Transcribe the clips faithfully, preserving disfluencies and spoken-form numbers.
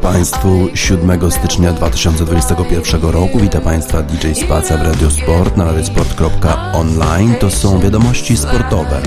Państwu siódmego stycznia dwa tysiące dwudziestego pierwszego roku. Witam Państwa D J Spaca w Radio Sport na radiosport kropka online. To są wiadomości sportowe.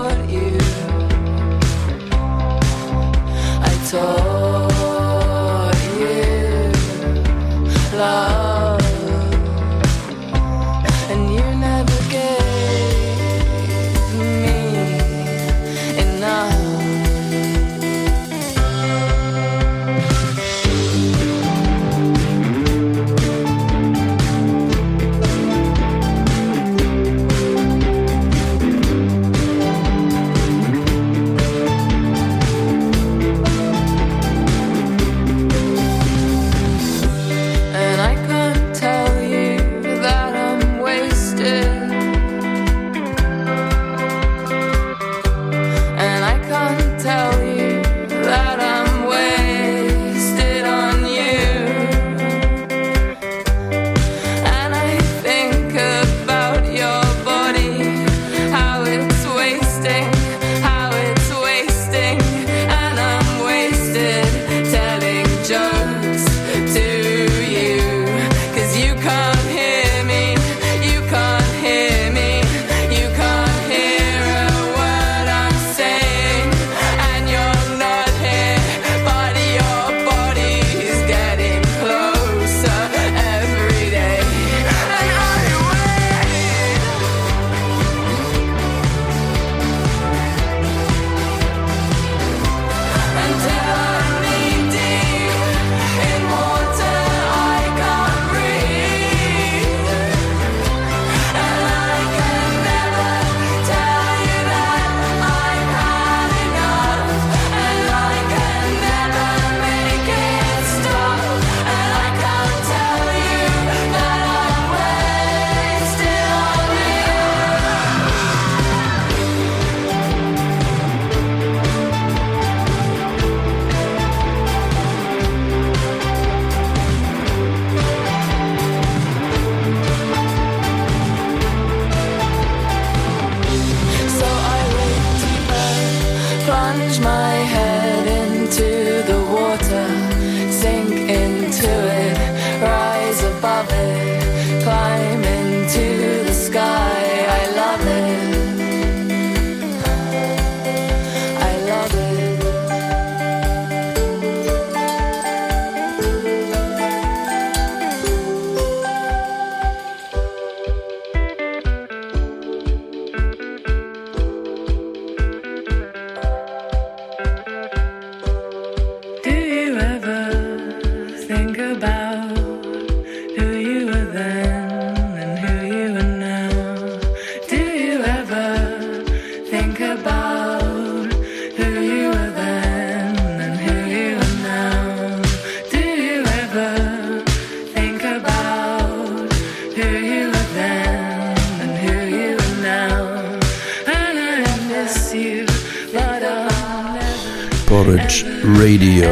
Porridge Radio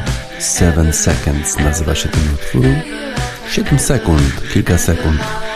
Seven Seconds nazywa się ten utwór. siedem sekund, kilka sekund.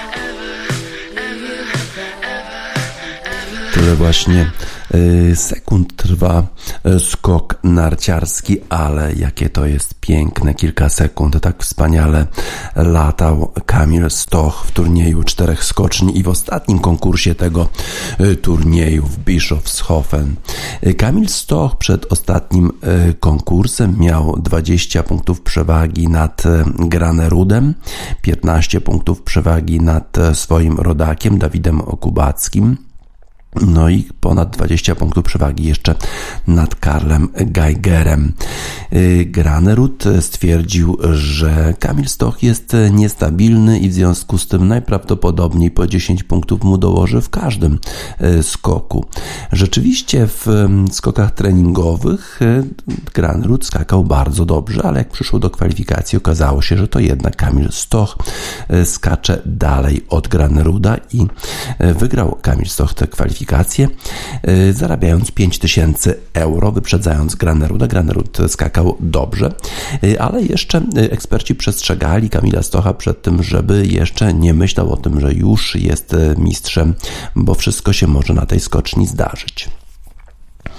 Tyle właśnie y, sekund trwa y, skok narciarski, ale jakie to jest piękne kilka sekund. Tak wspaniale latał Kamil Stoch w turnieju czterech skoczni i w ostatnim konkursie tego y, turnieju w Bischofshofen. Y, Kamil Stoch przed ostatnim y, konkursem miał dwadzieścia punktów przewagi nad y, Granerudem, piętnaście punktów przewagi nad y, swoim rodakiem Dawidem Kubackim. No i ponad dwadzieścia punktów przewagi jeszcze nad Karlem Geigerem. Granerud stwierdził, że Kamil Stoch jest niestabilny i w związku z tym najprawdopodobniej po dziesięć punktów mu dołoży w każdym skoku. Rzeczywiście w skokach treningowych Granerud skakał bardzo dobrze, ale jak przyszło do kwalifikacji, okazało się, że to jednak Kamil Stoch skacze dalej od Graneruda i wygrał Kamil Stoch te kwalifikacje, zarabiając pięć tysięcy euro, wyprzedzając Graneruda. Granerud skakał dobrze, ale jeszcze eksperci przestrzegali Kamila Stocha przed tym, żeby jeszcze nie myślał o tym, że już jest mistrzem, bo wszystko się może na tej skoczni zdarzyć.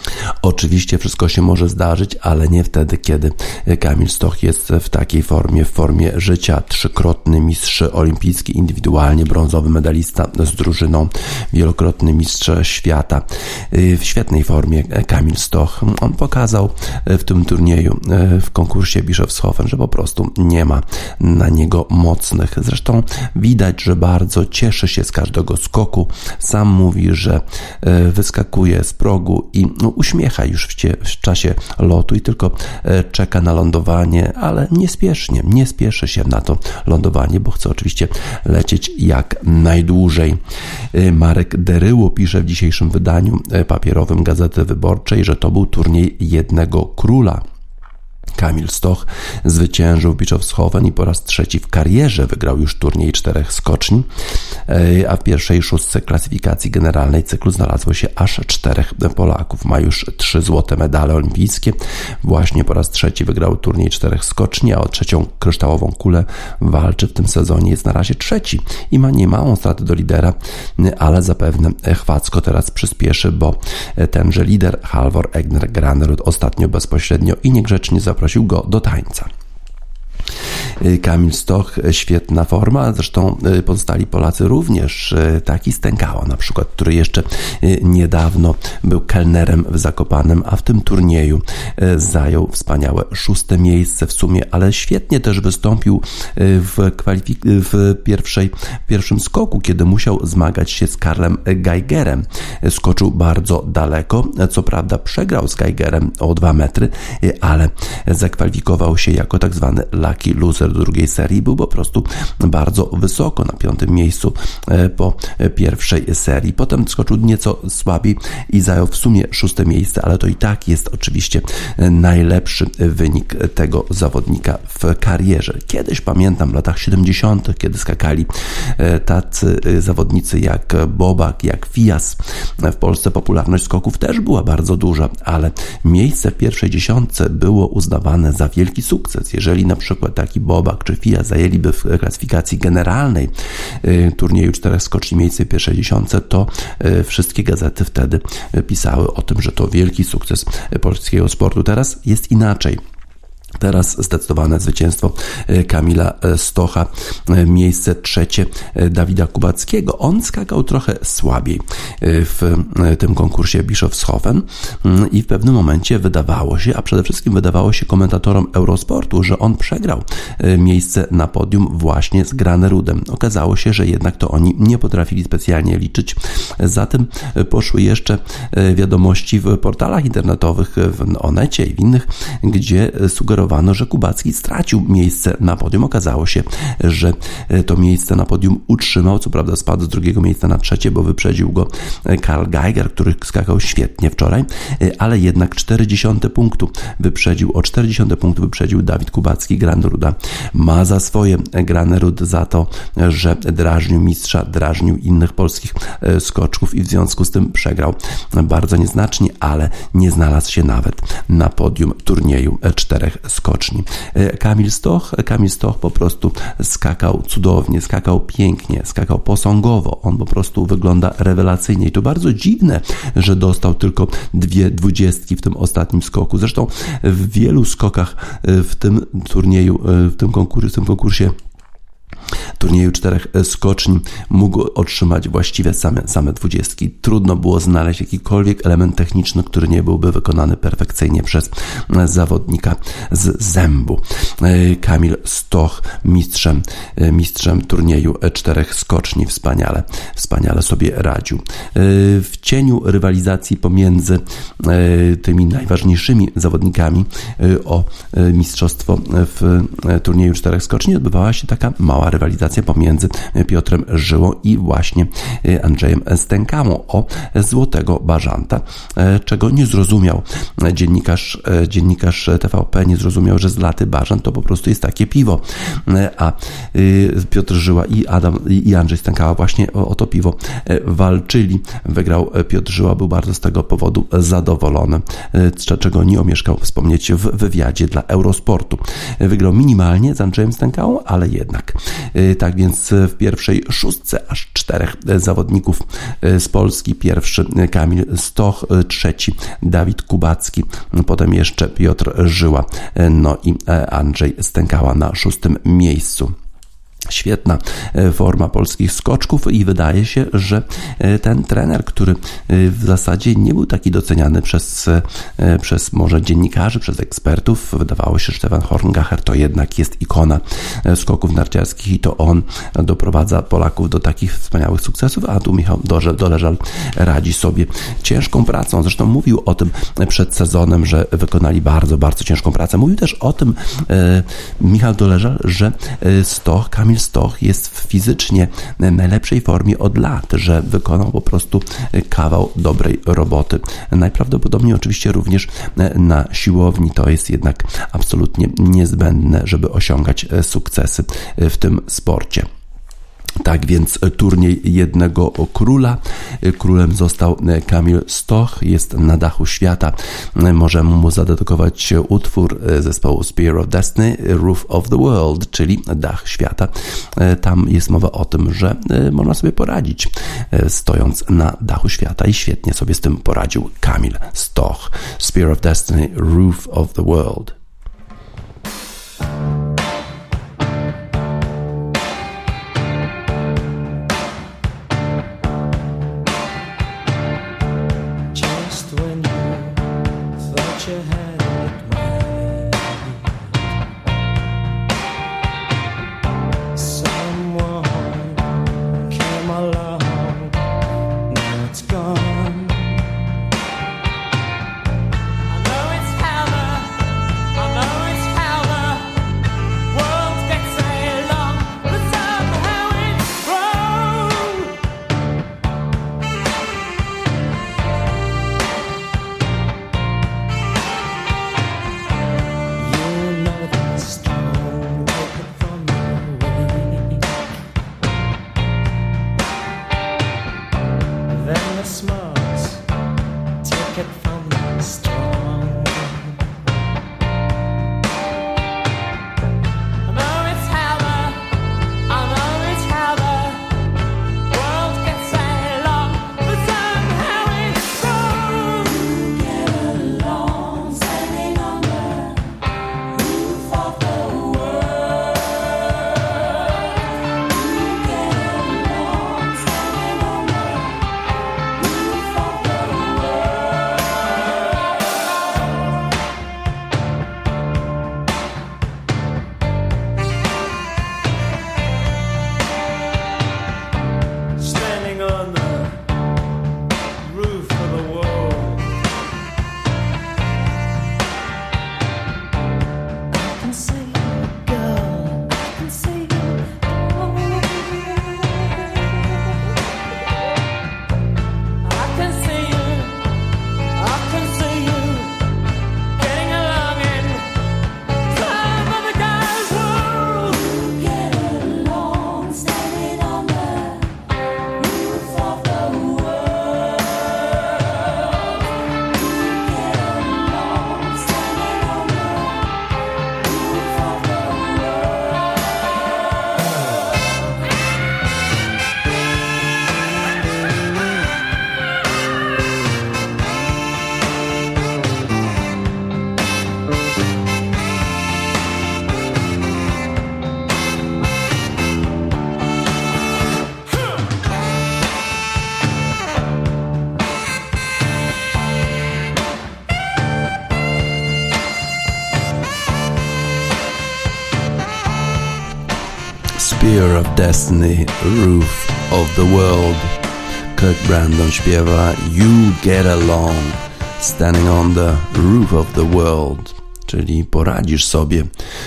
Oczywiście wszystko się może zdarzyć, ale nie wtedy, kiedy Kamil Stoch jest w takiej formie, w formie życia. Trzykrotny mistrz olimpijski indywidualnie, brązowy medalista z drużyną, wielokrotny mistrz świata. W świetnej formie Kamil Stoch. On pokazał w tym turnieju, w konkursie Bischofshofen, że po prostu nie ma na niego mocnych. Zresztą widać, że bardzo cieszy się z każdego skoku. Sam mówi, że wyskakuje z progu i uśmiecha już w, cie, w czasie lotu i tylko czeka na lądowanie, ale niespiesznie, nie spieszy się na to lądowanie, bo chce oczywiście lecieć jak najdłużej. Marek Deryło pisze w dzisiejszym wydaniu papierowym Gazety Wyborczej, że to był turniej jednego króla. Kamil Stoch zwyciężył w Bischofshofen i po raz trzeci w karierze wygrał już turniej czterech skoczni, a w pierwszej szóstce klasyfikacji generalnej cyklu znalazło się aż czterech Polaków. Ma już trzy złote medale olimpijskie. Właśnie po raz trzeci wygrał turniej czterech skoczni, a o trzecią kryształową kulę walczy w tym sezonie. Jest na razie trzeci i ma niemałą stratę do lidera, ale zapewne chwacko teraz przyspieszy, bo tenże lider Halvor Egner Granerud ostatnio bezpośrednio i niegrzecznie zaprosił go do tańca. Kamil Stoch, świetna forma, zresztą pozostali Polacy również, taki Stękała na przykład, który jeszcze niedawno był kelnerem w Zakopanem, a w tym turnieju zajął wspaniałe szóste miejsce w sumie, ale świetnie też wystąpił w, kwalifik- w pierwszej, pierwszym skoku, kiedy musiał zmagać się z Karlem Geigerem. Skoczył bardzo daleko, co prawda przegrał z Geigerem o dwa metry, ale zakwalifikował się jako tak zwany lucky loser do drugiej serii. Był po prostu bardzo wysoko, na piątym miejscu po pierwszej serii. Potem skoczył nieco słabiej i zajął w sumie szóste miejsce, ale to i tak jest oczywiście najlepszy wynik tego zawodnika w karierze. Kiedyś pamiętam w latach siedemdziesiątych, kiedy skakali tacy zawodnicy jak Bobak, jak Fias. W Polsce popularność skoków też była bardzo duża, ale miejsce w pierwszej dziesiątce było uznawane za wielki sukces. Jeżeli na przykład taki Bobak czy Fias zajęliby w klasyfikacji generalnej turnieju czterech skoczni miejsce w pierwszej dziesiątce, to wszystkie gazety wtedy pisały o tym, że to wielki sukces polskiego sportu. Teraz jest inaczej. Teraz zdecydowane zwycięstwo Kamila Stocha, miejsce trzecie Dawida Kubackiego. On skakał trochę słabiej w tym konkursie Bischofshofen i w pewnym momencie wydawało się, a przede wszystkim wydawało się komentatorom Eurosportu, że on przegrał miejsce na podium właśnie z Granerudem. Okazało się, że jednak to oni nie potrafili specjalnie liczyć. Zatem poszły jeszcze wiadomości w portalach internetowych, w Onecie i w innych, gdzie sugerowano, że Kubacki stracił miejsce na podium. Okazało się, że to miejsce na podium utrzymał. Co prawda spadł z drugiego miejsca na trzecie, bo wyprzedził go Karl Geiger, który skakał świetnie wczoraj, ale jednak czterdzieści punktu wyprzedził, o czterdzieści punktów wyprzedził Dawid Kubacki. Graneruda ma za swoje Granerud za to, że drażnił mistrza, drażnił innych polskich skoczków i w związku z tym przegrał bardzo nieznacznie, ale nie znalazł się nawet na podium turnieju czterech skoczni. Kamil Stoch, Kamil Stoch po prostu skakał cudownie, skakał pięknie, skakał posągowo. On po prostu wygląda rewelacyjnie i to bardzo dziwne, że dostał tylko dwie dwudziestki w tym ostatnim skoku. Zresztą w wielu skokach w tym turnieju, w tym konkursie, w tym konkursie turnieju czterech skoczni mógł otrzymać właściwie same, same dwudziestki. Trudno było znaleźć jakikolwiek element techniczny, który nie byłby wykonany perfekcyjnie przez zawodnika z zębu. Kamil Stoch mistrzem, mistrzem turnieju czterech skoczni wspaniale, wspaniale sobie radził. W cieniu rywalizacji pomiędzy tymi najważniejszymi zawodnikami o mistrzostwo w turnieju czterech skoczni odbywała się taka mała rywalizacja pomiędzy Piotrem Żyłą i właśnie Andrzejem Stękałą o złotego bażanta, czego nie zrozumiał dziennikarz, dziennikarz T V P, nie zrozumiał, że zlaty bażant to po prostu jest takie piwo, a Piotr Żyła i Adam i Andrzej Stękała właśnie o, o to piwo walczyli. Wygrał Piotr Żyła, był bardzo z tego powodu zadowolony, czego nie omieszkał wspomnieć w wywiadzie dla Eurosportu. Wygrał minimalnie z Andrzejem Stękałą, ale jednak Tak więc w pierwszej szóstce aż czterech zawodników z Polski. Pierwszy Kamil Stoch, trzeci Dawid Kubacki, potem jeszcze Piotr Żyła, no i Andrzej Stękała na szóstym miejscu. Świetna forma polskich skoczków i wydaje się, że ten trener, który w zasadzie nie był taki doceniany przez, przez może dziennikarzy, przez ekspertów, wydawało się, że Stefan Horngacher to jednak jest ikona skoków narciarskich i to on doprowadza Polaków do takich wspaniałych sukcesów, a tu Michał Doleżal radzi sobie ciężką pracą. Zresztą mówił o tym przed sezonem, że wykonali bardzo, bardzo ciężką pracę. Mówił też o tym e, Michał Doleżal, że Stoch, Kamil Stoch jest w fizycznie najlepszej formie od lat, że wykonał po prostu kawał dobrej roboty. Najprawdopodobniej oczywiście również na siłowni to jest jednak absolutnie niezbędne, żeby osiągać sukcesy w tym sporcie. Tak więc turniej jednego króla. Królem został Kamil Stoch, jest na dachu świata. Możemy mu zadedykować utwór zespołu Spear of Destiny, Roof of the World, czyli dach świata. Tam jest mowa o tym, że można sobie poradzić stojąc na dachu świata i świetnie sobie z tym poradził Kamil Stoch. Spear of Destiny, Roof of the World. Spear of Destiny, Roof of the World. Kirk Brandon śpiewa You Get Along, Standing on the Roof of the World, czyli poradzisz sobie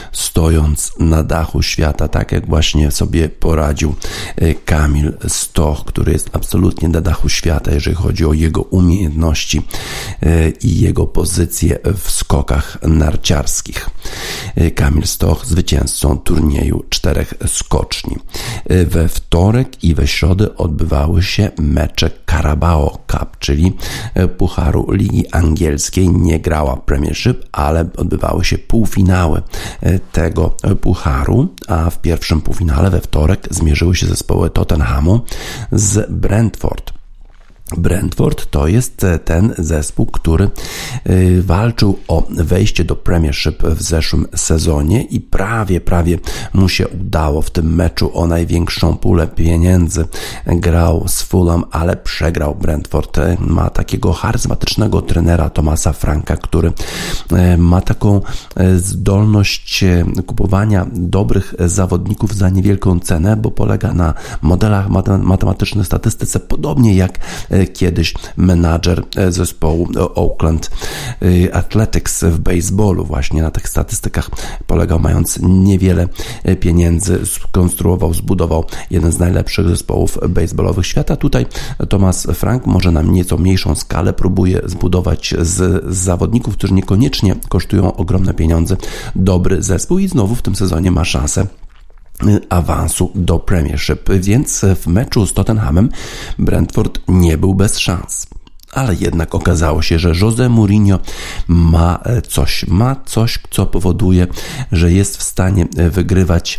stojąc na dachu świata, tak jak właśnie sobie poradził Kamil Stoch, który jest absolutnie na dachu świata, jeżeli chodzi o jego umiejętności i jego pozycję w skokach narciarskich. Kamil Stoch zwycięzcą turnieju czterech skoczni. We wtorek i we środę odbywały się mecze Carabao Cup, czyli Pucharu Ligi Angielskiej. Nie grała Premiership, ale odbywały się półfinały tego pucharu, a w pierwszym półfinale we wtorek zmierzyły się zespoły Tottenhamu z Brentford. Brentford to jest ten zespół, który walczył o wejście do Premiership w zeszłym sezonie i prawie, prawie mu się udało w tym meczu o największą pulę pieniędzy. Grał z Fulham, ale przegrał. Brentford ma takiego charyzmatycznego trenera Thomasa Franka, który ma taką zdolność kupowania dobrych zawodników za niewielką cenę, bo polega na modelach matematycznych, statystyce, podobnie jak kiedyś menadżer zespołu Oakland Athletics w baseballu. Właśnie na tych statystykach polegał, mając niewiele pieniędzy, skonstruował, zbudował jeden z najlepszych zespołów baseballowych świata. Tutaj Thomas Frank może na nieco mniejszą skalę próbuje zbudować z, z zawodników, którzy niekoniecznie kosztują ogromne pieniądze, dobry zespół i znowu w tym sezonie ma szansę awansu do Premiership, więc w meczu z Tottenhamem Brentford nie był bez szans. Ale jednak okazało się, że Jose Mourinho ma coś, ma coś, co powoduje, że jest w stanie wygrywać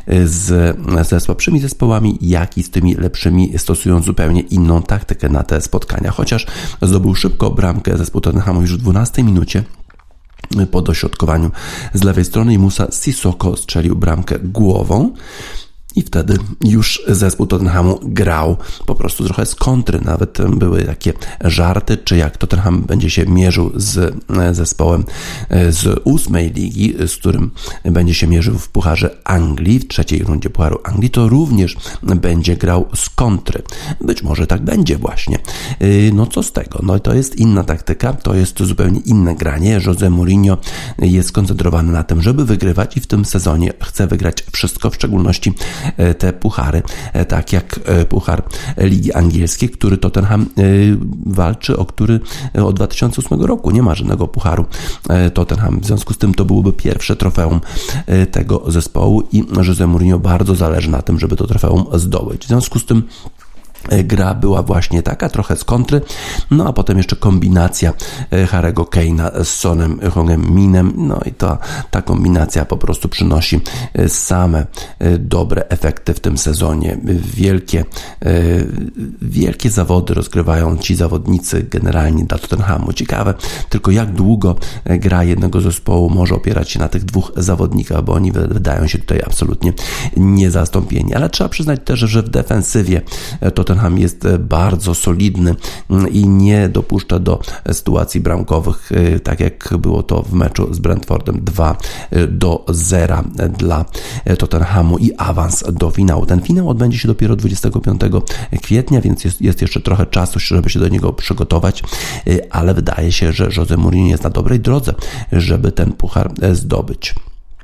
z, ze słabszymi zespołami, jak i z tymi lepszymi, stosując zupełnie inną taktykę na te spotkania. Chociaż zdobył szybko bramkę zespół Tottenhamu już w dwunastej minucie, po dośrodkowaniu z lewej strony i Moussa Sissoko strzelił bramkę głową i wtedy już zespół Tottenhamu grał po prostu trochę z kontry. Nawet były takie żarty, czy jak Tottenham będzie się mierzył z zespołem z ósmej ligi, z którym będzie się mierzył w Pucharze Anglii, w trzeciej rundzie Pucharu Anglii, to również będzie grał z kontry. Być może tak będzie właśnie. No co z tego? No to jest inna taktyka, to jest zupełnie inne granie. Jose Mourinho jest skoncentrowany na tym, żeby wygrywać i w tym sezonie chce wygrać wszystko, w szczególności te puchary, tak jak Puchar Ligi Angielskiej, który Tottenham walczy, o który od dwa tysiące ósmego roku nie ma żadnego pucharu Tottenham. W związku z tym to byłoby pierwsze trofeum tego zespołu i Jose Mourinho bardzo zależy na tym, żeby to trofeum zdobyć. W związku z tym gra była właśnie taka, trochę z kontry, no a potem jeszcze kombinacja Harry'ego Kane'a z Sonem Heung-minem, no i ta, ta kombinacja po prostu przynosi same dobre efekty w tym sezonie. Wielkie, wielkie zawody rozgrywają ci zawodnicy generalnie dla Tottenhamu. Ciekawe tylko, jak długo gra jednego zespołu może opierać się na tych dwóch zawodnikach, bo oni wydają się tutaj absolutnie niezastąpieni. Ale trzeba przyznać też, że w defensywie Tottenham jest bardzo solidny i nie dopuszcza do sytuacji bramkowych, tak jak było to w meczu z Brentfordem. Dwa do zera dla Tottenhamu i awans do finału. Ten finał odbędzie się dopiero dwudziestego piątego kwietnia, więc jest, jest jeszcze trochę czasu, żeby się do niego przygotować, ale wydaje się, że Jose Mourinho jest na dobrej drodze, żeby ten puchar zdobyć.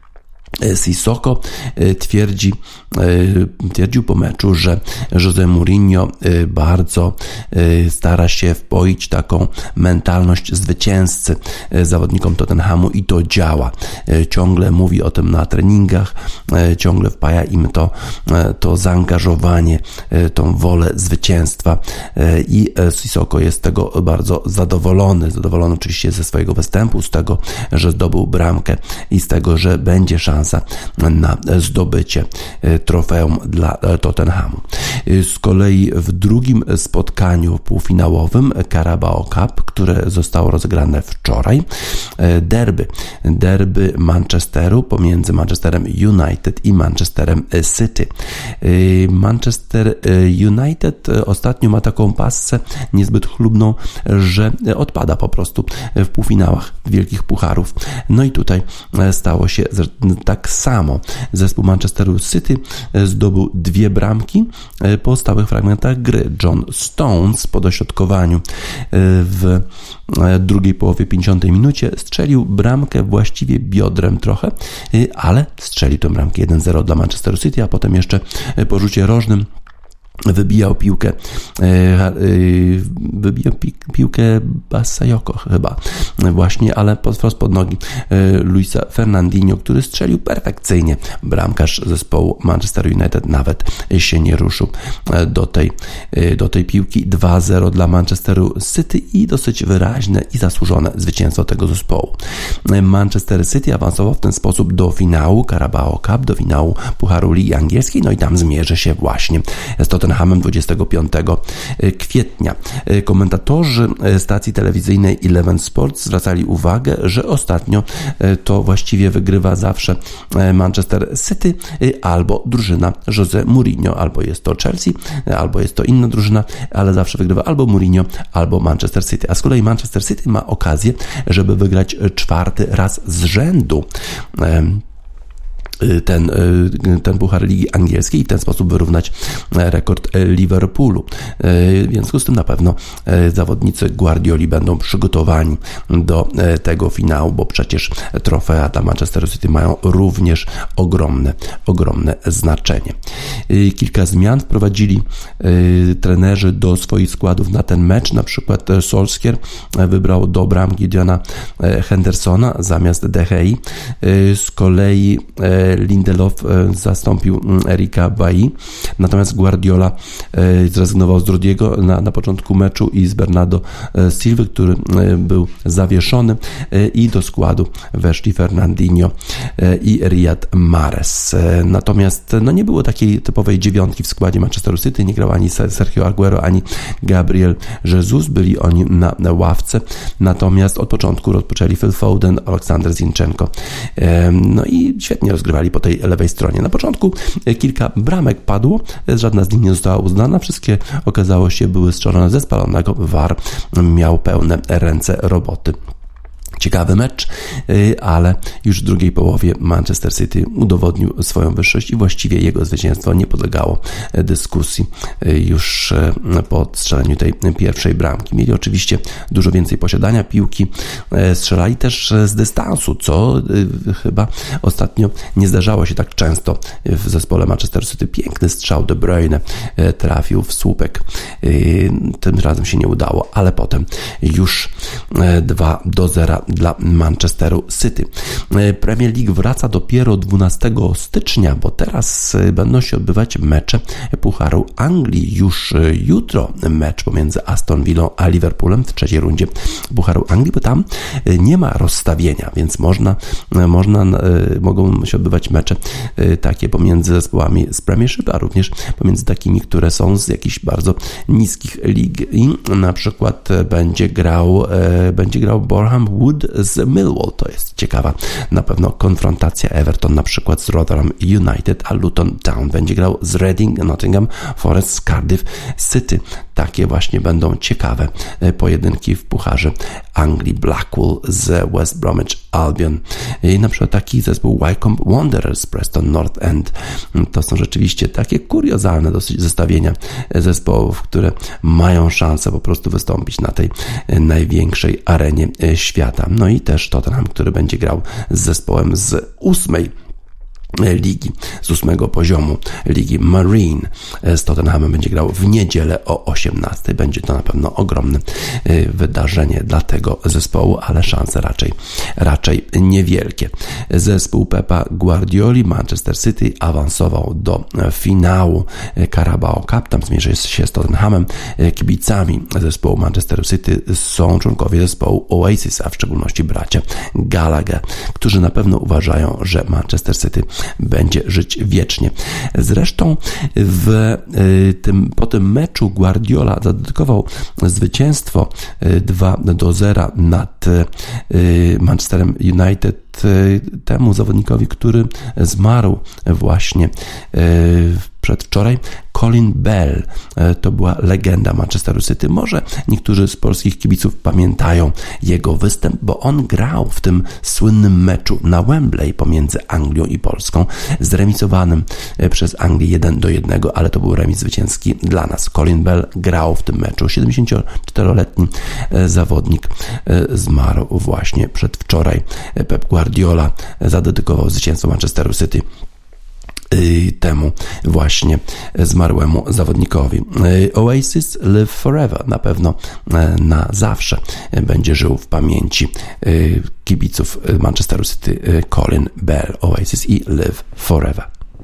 Sissoko twierdzi, twierdził po meczu, że Jose Mourinho bardzo stara się wpoić taką mentalność zwycięzcy zawodnikom Tottenhamu i to działa. Ciągle mówi o tym na treningach, ciągle wpaja im to, to zaangażowanie, tą wolę zwycięstwa i Sissoko jest z tego bardzo zadowolony. Zadowolony oczywiście ze swojego występu, z tego, że zdobył bramkę i z tego, że będzie szansa na zdobycie trofeum dla Tottenhamu. Z kolei w drugim spotkaniu półfinałowym Carabao Cup, które zostało rozegrane wczoraj, derby, derby Manchesteru pomiędzy Manchesterem United i Manchesterem City. Manchester United ostatnio ma taką passę niezbyt chlubną, że odpada po prostu w półfinałach wielkich pucharów. No i tutaj stało się tak samo. Zespół Manchesteru City zdobył dwie bramki po stałych fragmentach gry. John Stones po dośrodkowaniu w drugiej połowie pięćdziesiątej minucie strzelił bramkę właściwie biodrem trochę, ale strzelił tę bramkę jeden zero dla Manchesteru City, a potem jeszcze po rzucie rożnym wybijał piłkę wybijał pi- piłkę Bakayoko chyba właśnie, ale wprost pod nogi Luisa Fernandinho, który strzelił perfekcyjnie. Bramkarz zespołu Manchester United nawet się nie ruszył do tej, do tej piłki. dwa zero dla Manchesteru City i dosyć wyraźne i zasłużone zwycięstwo tego zespołu. Manchester City awansował w ten sposób do finału Carabao Cup, do finału Pucharu Ligi Angielskiej, no i tam zmierzy się właśnie z Tottenhamem dwudziestego piątego kwietnia. Komentatorzy stacji telewizyjnej Eleven Sports zwracali uwagę, że ostatnio to właściwie wygrywa zawsze Manchester City albo drużyna Jose Mourinho, albo jest to Chelsea, albo jest to inna drużyna, ale zawsze wygrywa albo Mourinho, albo Manchester City. A z kolei Manchester City ma okazję, żeby wygrać czwarty raz z rzędu ten, ten Puchar Ligi Angielskiej i w ten sposób wyrównać rekord Liverpoolu. W związku z tym na pewno zawodnicy Guardioli będą przygotowani do tego finału, bo przecież trofea dla Manchester City mają również ogromne, ogromne znaczenie. Kilka zmian wprowadzili trenerzy do swoich składów na ten mecz. Na przykład Solskjaer wybrał do bramki Gideona Hendersona zamiast De Gea. Z kolei Lindelof zastąpił Erika Bailly, natomiast Guardiola zrezygnował z Rudiego na, na początku meczu i z Bernardo Silva, który był zawieszony, i do składu weszli Fernandinho i Riyad Mahrez. Natomiast no, nie było takiej typowej dziewiątki w składzie Manchesteru City, nie grał ani Sergio Aguero, ani Gabriel Jesus, byli oni na, na ławce, natomiast od początku rozpoczęli Phil Foden, Aleksander Zinchenko, no i świetnie rozgrywali po tej lewej stronie. Na początku kilka bramek padło, żadna z nich nie została uznana, wszystkie okazało się były strzelone ze spalonego. V A R miał pełne ręce roboty. Ciekawy mecz, ale już w drugiej połowie Manchester City udowodnił swoją wyższość i właściwie jego zwycięstwo nie podlegało dyskusji już po strzeleniu tej pierwszej bramki. Mieli oczywiście dużo więcej posiadania piłki, strzelali też z dystansu, co chyba ostatnio nie zdarzało się tak często w zespole Manchester City. Piękny strzał De Bruyne trafił w słupek. Tym razem się nie udało, ale potem już dwa do zera dla Manchesteru City. Premier League wraca dopiero dwunastego stycznia, bo teraz będą się odbywać mecze Pucharu Anglii. Już jutro mecz pomiędzy Aston Villą a Liverpoolem w trzeciej rundzie Pucharu Anglii, bo tam nie ma rozstawienia, więc można, można mogą się odbywać mecze takie pomiędzy zespołami z Premiership, a również pomiędzy takimi, które są z jakichś bardzo niskich lig. I na przykład będzie grał będzie grał Boreham Wood z Millwall. To jest ciekawa na pewno konfrontacja. Everton na przykład z Rotherham United, a Luton Town będzie grał z Reading, Nottingham Forest z Cardiff City. Takie właśnie będą ciekawe pojedynki w Pucharze Anglii. Blackpool z West Bromwich Albion i na przykład taki zespół Wycombe Wanderers z Preston North End. To są rzeczywiście takie kuriozalne dosyć zestawienia zespołów, które mają szansę po prostu wystąpić na tej największej arenie świata. No i też Tottenham, który będzie grał z zespołem z ósmej ligi, z ósmego poziomu ligi Marine z Tottenhamem będzie grał w niedzielę o osiemnastej. Będzie to na pewno ogromne wydarzenie dla tego zespołu, ale szanse raczej, raczej niewielkie. Zespół Pepa Guardioli Manchester City awansował do finału Carabao Cup. Tam zmierzy się z Tottenhamem. Kibicami zespołu Manchester City są członkowie zespołu Oasis, a w szczególności bracia Gallagher, którzy na pewno uważają, że Manchester City będzie żyć wiecznie. Zresztą w tym, po tym meczu Guardiola zadedykował zwycięstwo dwa do zera nad Manchesterem United temu zawodnikowi, który zmarł właśnie przedwczoraj. Colin Bell to była legenda Manchesteru City. Może niektórzy z polskich kibiców pamiętają jego występ, bo on grał w tym słynnym meczu na Wembley pomiędzy Anglią i Polską, zremisowanym przez Anglię jeden do jednego, ale to był remis zwycięski dla nas. Colin Bell grał w tym meczu. siedemdziesięcioczteroletni zawodnik zmarł właśnie przedwczoraj. Pep Guardiola zadedykował zwycięstwo Manchesteru City temu właśnie zmarłemu zawodnikowi. Oasis Live Forever na pewno na zawsze będzie żył w pamięci kibiców Manchesteru City. Colin Bell, Oasis i Live Forever.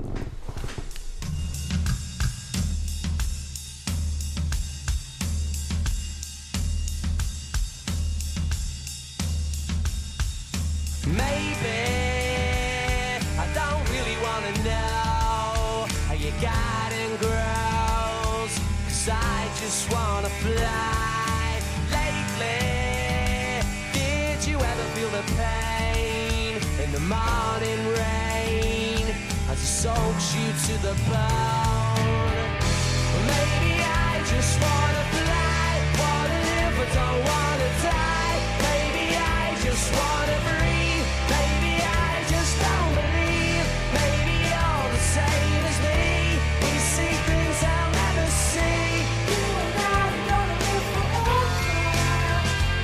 Soaks you to the bone. Maybe I just wanna fly, wanna live but don't wanna die. Maybe I just wanna breathe. Maybe I just don't believe. Maybe you're the same as me. We see things I'll never see. You and I are gonna live forever.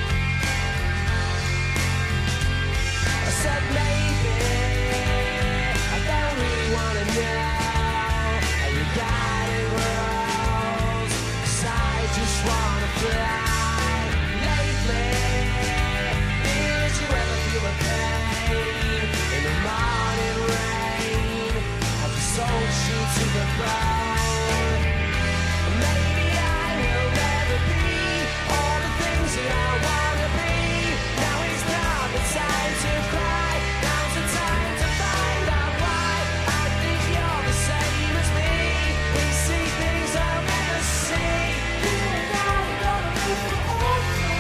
I said maybe I don't really wanna know how you got it rose, 'cause I just wanna fly. Lately, did you ever feel the pain in the morning rain? Have the soul shoot to the bone? Maybe I will never be all the things that I wanna be. Now it's not the time to cry. Now's the time to find out why. I think you're the same as me. We see things I'll never see. You and I are gonna live forever.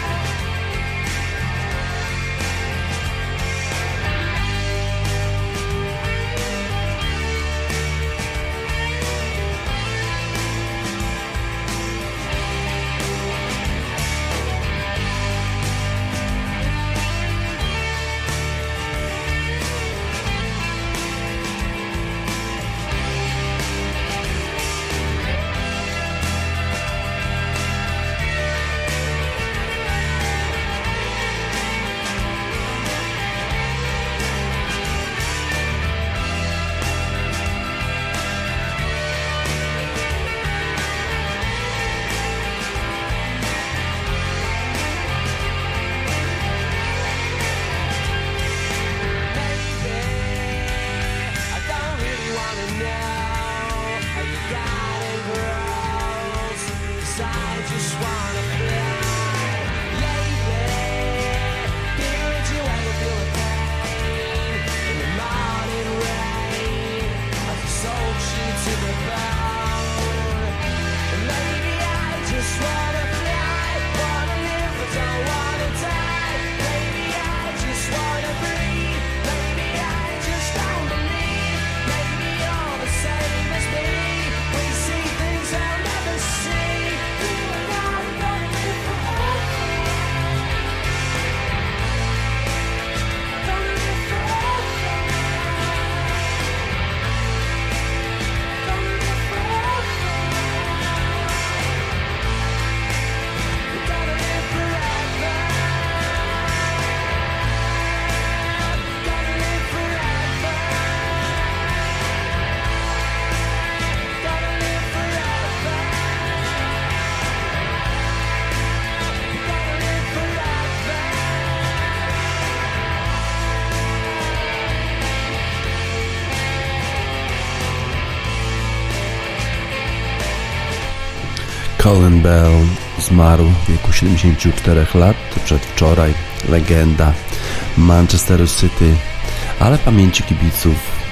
Colin Bell zmarł w wieku siedemdziesięciu czterech lat, przedwczoraj legenda Manchesteru City, ale pamięci kibiców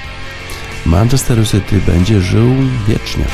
Manchesteru City będzie żył wiecznie.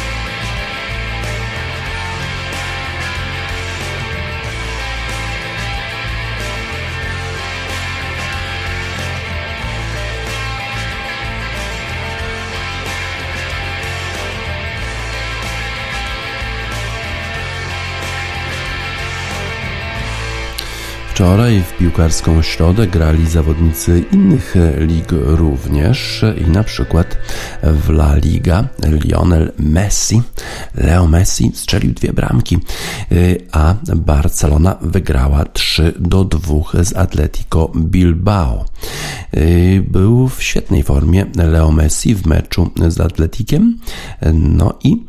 Wczoraj w piłkarską środę grali zawodnicy innych lig również i na przykład w La Liga Lionel Messi Leo Messi strzelił dwie bramki, a Barcelona wygrała trzy do dwóch z Atletico Bilbao. Był w świetnej formie Leo Messi w meczu z Atletikiem, no i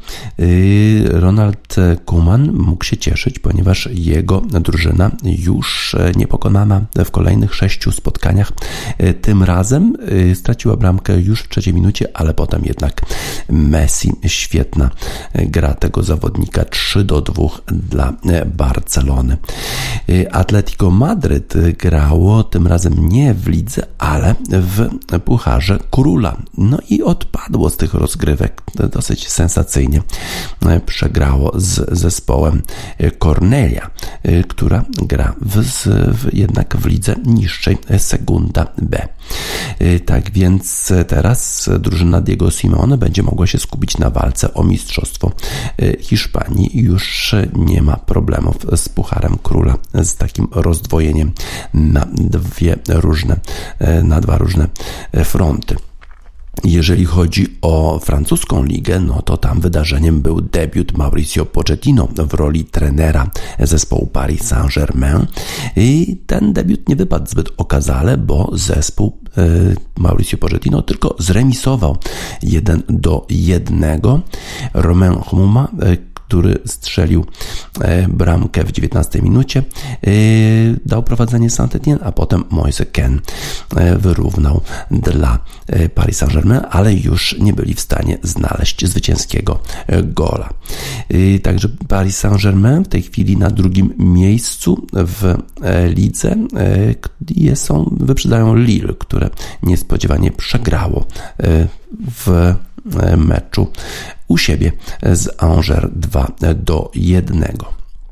Ronald Koeman mógł się cieszyć, ponieważ jego drużyna już niepokonana w kolejnych sześciu spotkaniach. Tym razem straciła bramkę już w trzeciej minucie, ale potem jednak Messi, świetna gra tego zawodnika, trzy do dwóch dla Barcelony. Atletico Madryt grało tym razem nie w lidze, ale w Pucharze Króla. No i odpadło z tych rozgrywek dosyć sensacyjnie. Przegrało z zespołem Cornelia, która gra w, w, jednak w lidze niższej, Segunda B. Tak więc teraz drużyna Diego Simeone będzie mogła się skupić na walce o mistrzostwo Hiszpanii. Już nie ma problemów z Pucharem Króla, z takim rozdwojeniem na dwie różne, na dwa różne fronty. Jeżeli chodzi o francuską ligę, no to tam wydarzeniem był debiut Mauricio Pochettino w roli trenera zespołu Paris Saint-Germain i ten debiut nie wypadł zbyt okazale, bo zespół Mauricio Pochettino tylko zremisował jeden do jednego. Romain Hmuma, który strzelił bramkę w dziewiętnastej minucie, dał prowadzenie Saint-Étienne, a potem Moise Kean wyrównał dla Paris Saint-Germain, ale już nie byli w stanie znaleźć zwycięskiego gola. Także Paris Saint-Germain w tej chwili na drugim miejscu w lidze są, wyprzedzają Lille, które niespodziewanie przegrało w meczu u siebie z Angers dwa do jednego.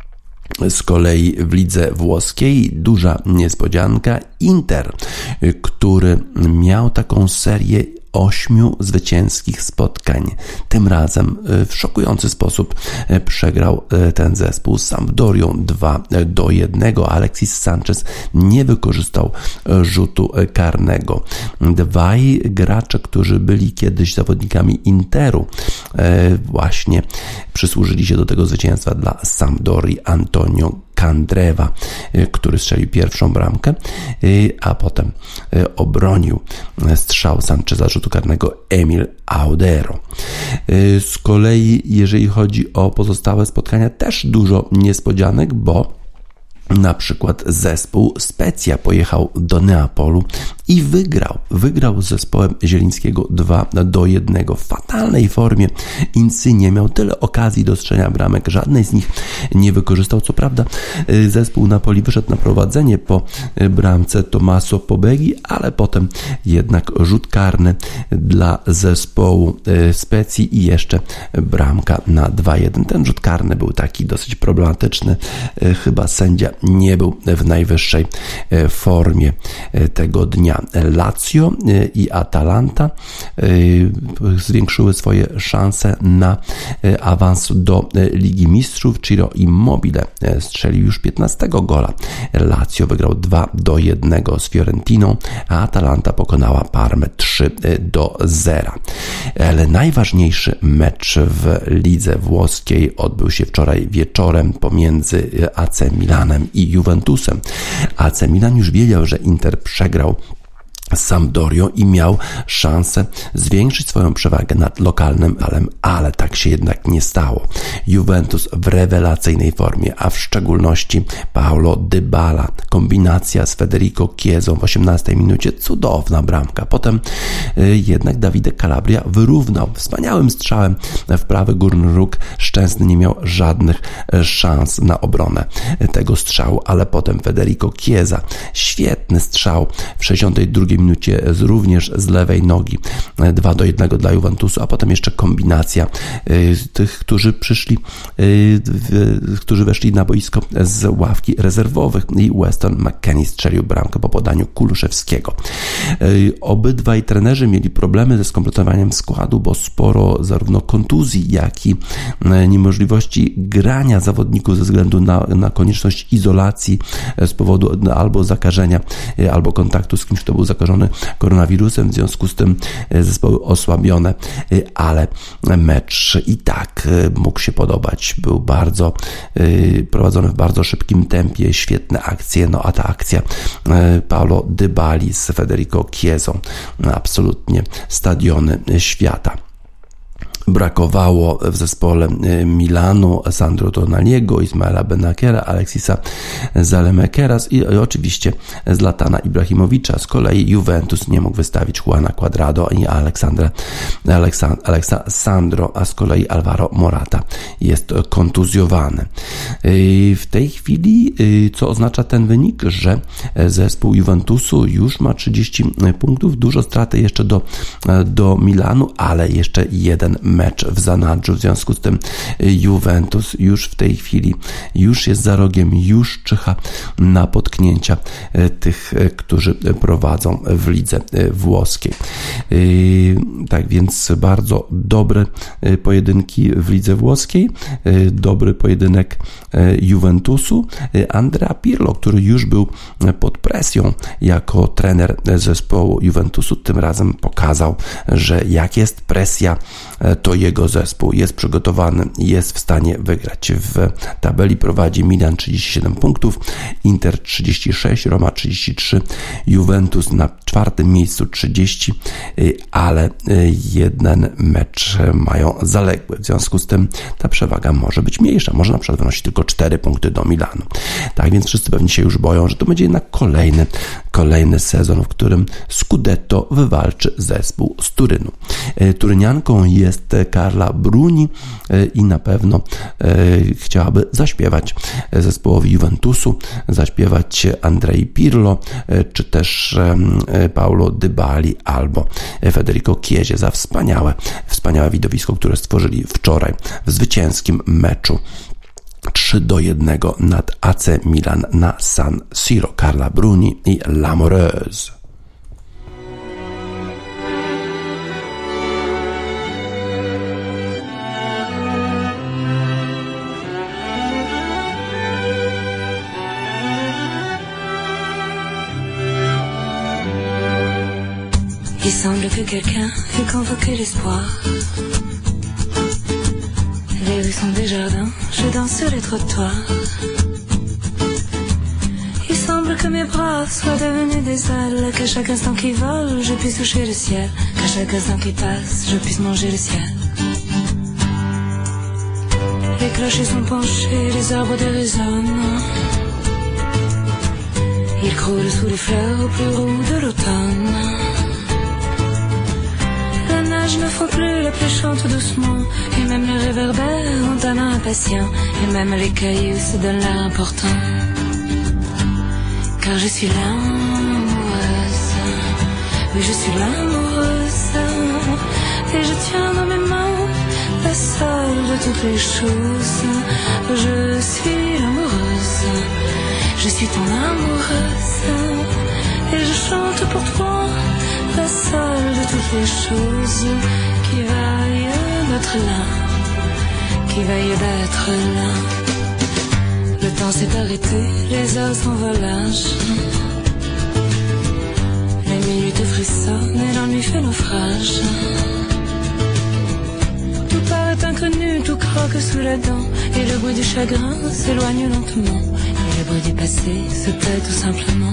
Z kolei w lidze włoskiej duża niespodzianka, Inter, który miał taką serię ośmiu zwycięskich spotkań. Tym razem w szokujący sposób przegrał ten zespół z Sampdorią dwa do jednego. Alexis Sanchez nie wykorzystał rzutu karnego. Dwaj gracze, którzy byli kiedyś zawodnikami Interu, właśnie przysłużyli się do tego zwycięstwa dla Sampdorii. Antonio Candreva, który strzelił pierwszą bramkę, a potem obronił strzał Sancheza rzutu karnego Emil Audero. Z kolei jeżeli chodzi o pozostałe spotkania, też dużo niespodzianek, bo na przykład zespół Spezia pojechał do Neapolu i wygrał. Wygrał z zespołem Zielińskiego dwa do jednego. W fatalnej formie Insigne miał tyle okazji do strzelenia bramek, żadnej z nich nie wykorzystał. Co prawda zespół Napoli wyszedł na prowadzenie po bramce Tommaso Pobegi, ale potem jednak rzut karny dla zespołu Specji i jeszcze bramka na dwa jeden. Ten rzut karny był taki dosyć problematyczny. Chyba sędzia nie był w najwyższej formie tego dnia. Lazio i Atalanta zwiększyły swoje szanse na awans do Ligi Mistrzów. Ciro Immobile strzelił już piętnastego gola. Lazio wygrał dwa do jednego z Fiorentiną, a Atalanta pokonała Parmę trzy do zera. Ale najważniejszy mecz w lidze włoskiej odbył się wczoraj wieczorem pomiędzy A C Milanem i Juventusem. A C Milan już wiedział, że Inter przegrał z Sampdorią i miał szansę zwiększyć swoją przewagę nad lokalnym Alem, ale tak się jednak nie stało. Juventus w rewelacyjnej formie, a w szczególności Paulo Dybala, kombinacja z Federico Chiesą w osiemnastej minucie, cudowna bramka. Potem y, jednak Davide Calabria wyrównał wspaniałym strzałem w prawy górny róg. Szczęsny nie miał żadnych szans na obronę tego strzału, ale potem Federico Chiesa, świetny strzał w sześćdziesiątej drugiej minucie również z lewej nogi, dwa do jednego dla Juventusu, a potem jeszcze kombinacja y, tych, którzy przyszli, y, y, którzy weszli na boisko z ławki rezerwowych i Weston McKennie strzelił bramkę po podaniu Kuluszewskiego. Y, obydwaj trenerzy mieli problemy ze skompletowaniem składu, bo sporo zarówno kontuzji, jak i y, niemożliwości grania zawodników ze względu na, na konieczność izolacji z powodu albo zakażenia, y, albo kontaktu z kimś, kto był zakażony zakażony koronawirusem, w związku z tym zespoły osłabione, ale mecz i tak mógł się podobać. Był bardzo prowadzony w bardzo szybkim tempie, świetne akcje, no a ta akcja Paulo Dybali z Federico Chiesą, absolutnie stadiony świata. Brakowało w zespole Milanu Sandro Tonaliego, Ismaila Benakera, Alexisa Zalemekeras i, i oczywiście Zlatana Ibrahimowicza. Z kolei Juventus nie mógł wystawić Juana Cuadrado i Aleksandra Aleksandro, a z kolei Alvaro Morata jest kontuzjowany. W tej chwili, co oznacza ten wynik, że zespół Juventusu już ma trzydzieści punktów, dużo straty jeszcze do, do Milanu, ale jeszcze jeden mecz w zanadrzu, w związku z tym Juventus już w tej chwili już jest za rogiem, już czyha na potknięcia tych, którzy prowadzą w lidze włoskiej. Tak więc bardzo dobre pojedynki w lidze włoskiej, dobry pojedynek Juventusu. Andrea Pirlo, który już był pod presją jako trener zespołu Juventusu, tym razem pokazał, że jak jest presja, to jego zespół jest przygotowany, jest w stanie wygrać. W tabeli prowadzi Milan trzydzieści siedem punktów, Inter trzydzieści sześć, Roma trzydzieści trzy, Juventus na czwartym miejscu trzydzieści, ale jeden mecz mają zaległy. W związku z tym ta przewaga może być mniejsza, może na przykład wynosić tylko cztery punkty do Milanu. Tak więc wszyscy pewnie się już boją, że to będzie jednak kolejny, kolejny sezon, w którym Scudetto wywalczy zespół z Turynu. Turynianką jest Carla Bruni i na pewno chciałaby zaśpiewać zespołowi Juventusu, zaśpiewać Andrei Pirlo, czy też Paulo Dybali albo Federico Chiesie za wspaniałe, wspaniałe widowisko, które stworzyli wczoraj w zwycięskim meczu trzy do jednego nad A C Milan na San Siro. Carla Bruni i L'Amoureuse. Il semble que quelqu'un ait convoqué l'espoir. Les rues sont des jardins, je danse sur les trottoirs. Il semble que mes bras soient devenus des ailes, qu'à chaque instant qui vole, je puisse toucher le ciel, qu'à chaque instant qui passe, je puisse manger le ciel. Les clochers sont penchés, les arbres déraisonnent. Ils croulent sous les fleurs au plus roux de l'automne. Ne font plus, la pluie chante doucement, et même les réverbères ont un air impatient, et même les cailloux se donnent l'air important. Car je suis l'amoureuse, oui je suis l'amoureuse, et je tiens dans mes mains la seule de toutes les choses. Je suis l'amoureuse, je suis ton amoureuse, et je chante pour toi la seule de toutes les choses qui vaille d'être là, qui vaille d'être là. Le temps s'est arrêté, les heures s'envolagent, les minutes frissonnent et l'ennui fait naufrage. Tout paraît inconnu, tout croque sous la dent, et le bruit du chagrin s'éloigne lentement, et le bruit du passé se tait tout simplement.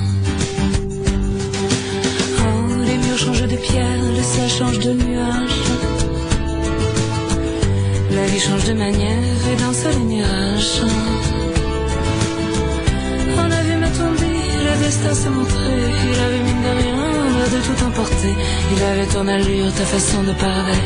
Change de pierre, le ciel change de nuage. La vie change de manière et danse les mirages. On a vu, m'a-t-on dit, le destin se montrer. Il avait mine de rien l'air de tout emporter. Il avait ton allure, ta façon de parler.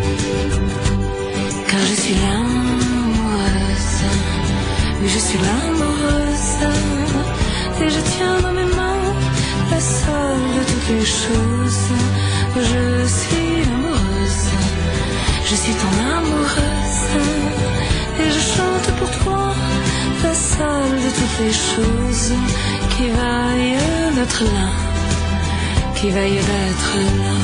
Car je suis l'amoureuse, oui je suis l'amoureuse, et je tiens dans mes mains la seule de toutes les choses. Je suis l'amoureuse, je suis ton amoureuse, et je chante pour toi la seule de toutes les choses qui vaille d'être là, qui vaille d'être là.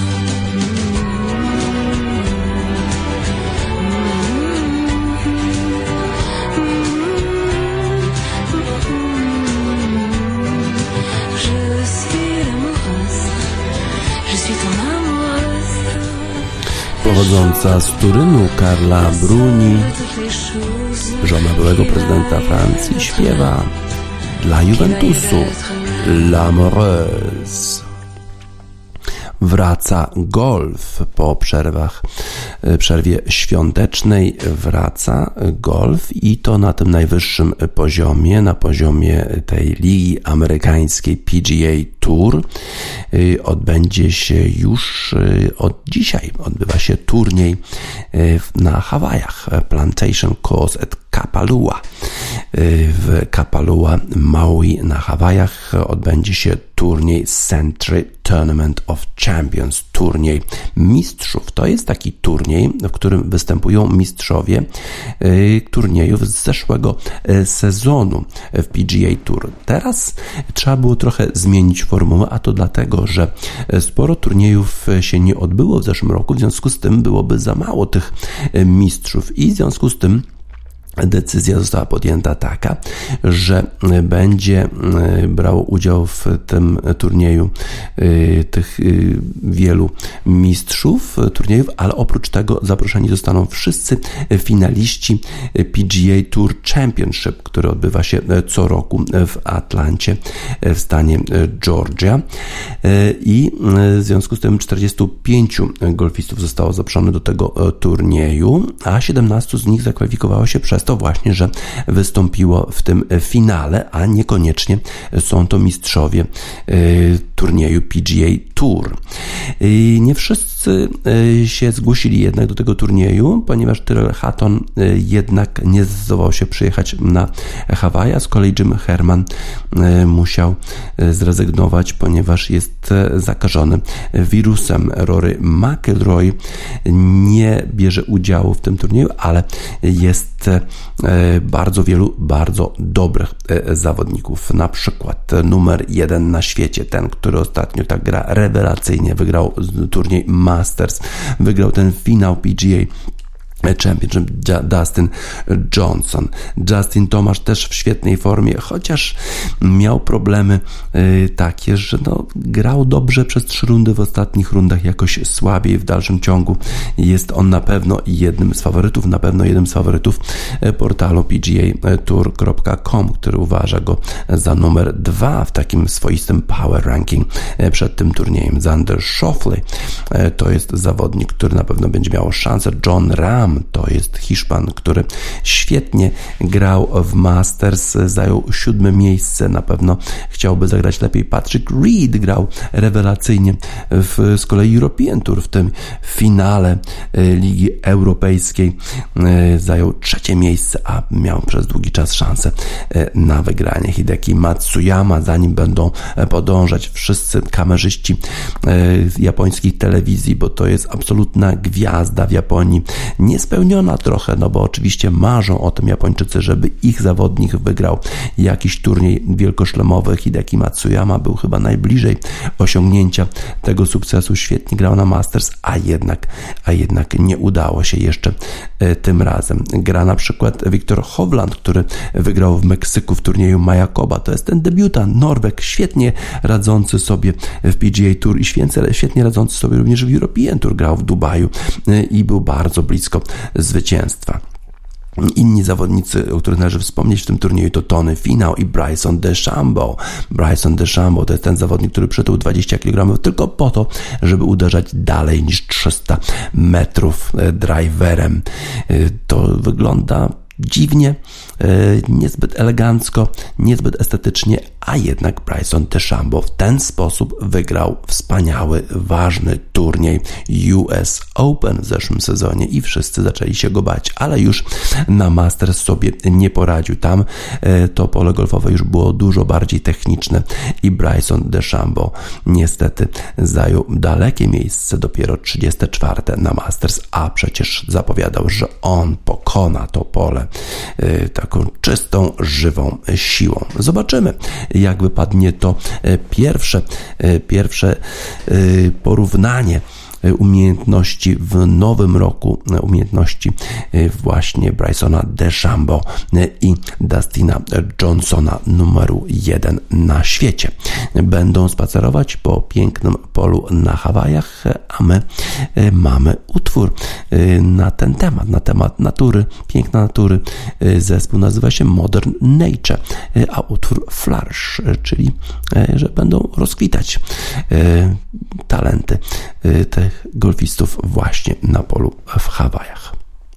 pochodząca z Turynu, Carla Bruni, żona byłego prezydenta Francji, śpiewa dla Juventusu L'Amoureuse. Wraca golf po przerwach, przerwie świątecznej, wraca golf i to na tym najwyższym poziomie, na poziomie tej ligi amerykańskiej P G A Tour. Odbędzie się już od dzisiaj, odbywa się turniej na Hawajach, Plantation Course at Kapalua. W Kapalua, Maui na Hawajach odbędzie się turniej Century Tournament of Champions, turniej mistrzów. To jest taki turniej, w którym występują mistrzowie turniejów z zeszłego sezonu w P G A Tour. Teraz trzeba było trochę zmienić formułę, a to dlatego, że sporo turniejów się nie odbyło w zeszłym roku, w związku z tym byłoby za mało tych mistrzów i w związku z tym decyzja została podjęta taka, że będzie brał udział w tym turnieju tych wielu mistrzów turniejów, ale oprócz tego zaproszeni zostaną wszyscy finaliści P G A Tour Championship, który odbywa się co roku w Atlancie w stanie Georgia i w związku z tym czterdziestu pięciu golfistów zostało zaproszonych do tego turnieju, a siedemnastu z nich zakwalifikowało się przez to właśnie, że wystąpiło w tym finale, a niekoniecznie są to mistrzowie turnieju P G A Tour. Nie wszyscy się zgłosili jednak do tego turnieju, ponieważ Tyrrell Hatton jednak nie zdecydował się przyjechać na Hawaje, a z kolei Jim Herman musiał zrezygnować, ponieważ jest zakażony wirusem. Rory McIlroy nie bierze udziału w tym turnieju, ale jest bardzo wielu bardzo dobrych zawodników. Na przykład numer jeden na świecie, ten, który ostatnio tak gra rewelacyjnie, wygrał turniej Masters, wygrał ten finał P G A Championship, Dustin Johnson. Justin Thomas też w świetnej formie, chociaż miał problemy y, takie, że no, grał dobrze przez trzy rundy, w ostatnich rundach jakoś słabiej. W dalszym ciągu jest on na pewno jednym z faworytów, na pewno jednym z faworytów portalu P G A Tour kropka com, który uważa go za numer dwa w takim swoistym power ranking przed tym turniejem. Xander Schauffele to jest zawodnik, który na pewno będzie miał szansę. John Rahm to jest Hiszpan, który świetnie grał w Masters, zajął siódme miejsce, na pewno chciałby zagrać lepiej. Patrick Reed grał rewelacyjnie w, z kolei European Tour w tym finale Ligi Europejskiej, zajął trzecie miejsce, a miał przez długi czas szansę na wygranie. Hideki Matsuyama, za nim będą podążać wszyscy kamerzyści japońskich telewizji, bo to jest absolutna gwiazda w Japonii, niespełniona trochę, no bo oczywiście marzą o tym Japończycy, żeby ich zawodnik wygrał jakiś turniej wielkoszlemowy. Hideki Matsuyama był chyba najbliżej osiągnięcia tego sukcesu, świetnie grał na Masters, a jednak, a jednak nie udało się jeszcze tym razem. Gra na przykład Viktor Hovland, który wygrał w Meksyku w turnieju Mayakoba. To jest ten debiutant, Norweg, świetnie radzący sobie w P G A Tour i świetnie, świetnie radzący sobie również w European Tour. Grał w Dubaju i był bardzo blisko zwycięstwa. Inni zawodnicy, o których należy wspomnieć w tym turnieju, to Tony Finau i Bryson DeChambeau. Bryson DeChambeau to jest ten zawodnik, który przytył dwadzieścia kilogramów tylko po to, żeby uderzać dalej niż trzysta metrów driverem. To wygląda dziwnie, niezbyt elegancko, niezbyt estetycznie, a jednak Bryson DeChambeau w ten sposób wygrał wspaniały, ważny turniej U S Open w zeszłym sezonie i wszyscy zaczęli się go bać, ale już na Masters sobie nie poradził. Tam to pole golfowe już było dużo bardziej techniczne i Bryson DeChambeau niestety zajął dalekie miejsce, dopiero trzydzieste czwarte na Masters, a przecież zapowiadał, że on pokona to pole taką czystą, żywą siłą. Zobaczymy, jak wypadnie to pierwsze, pierwsze porównanie umiejętności w nowym roku, umiejętności właśnie Brysona DeChambeau i Dustina Johnsona, numeru jeden na świecie. Będą spacerować po pięknym polu na Hawajach, a my mamy utwór na ten temat, na temat natury, piękna natury. Zespół nazywa się Modern Nature, a utwór Flourish, czyli że będą rozkwitać talenty tych golfistów właśnie na polu w Hawajach.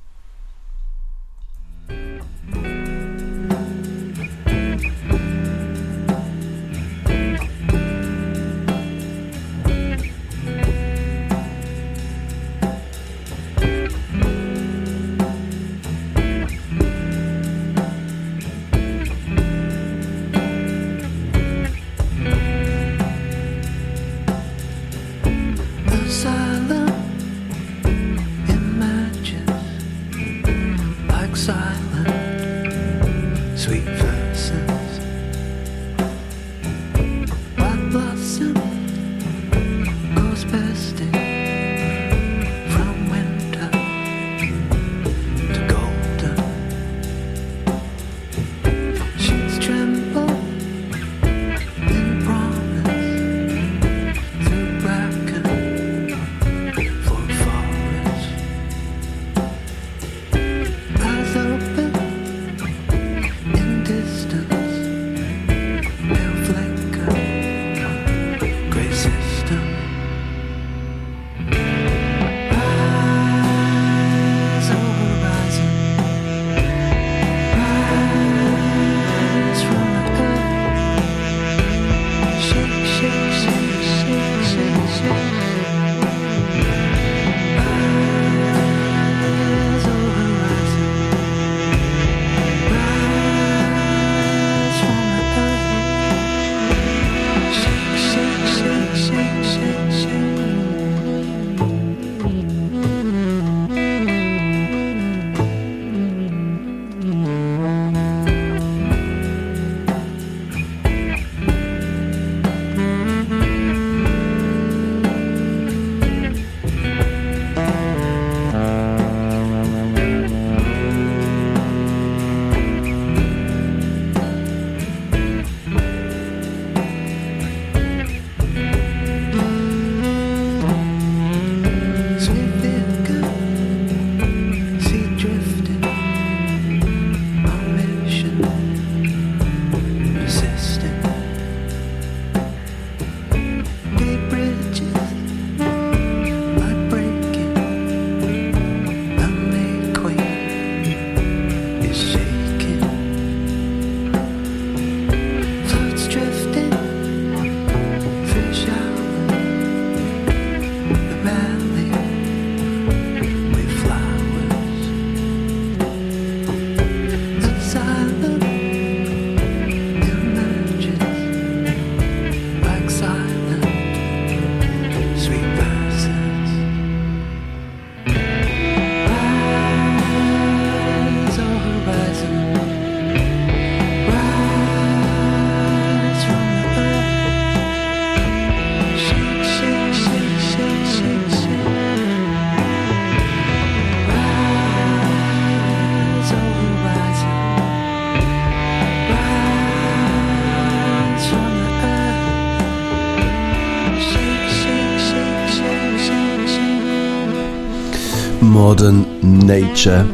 Modern Nature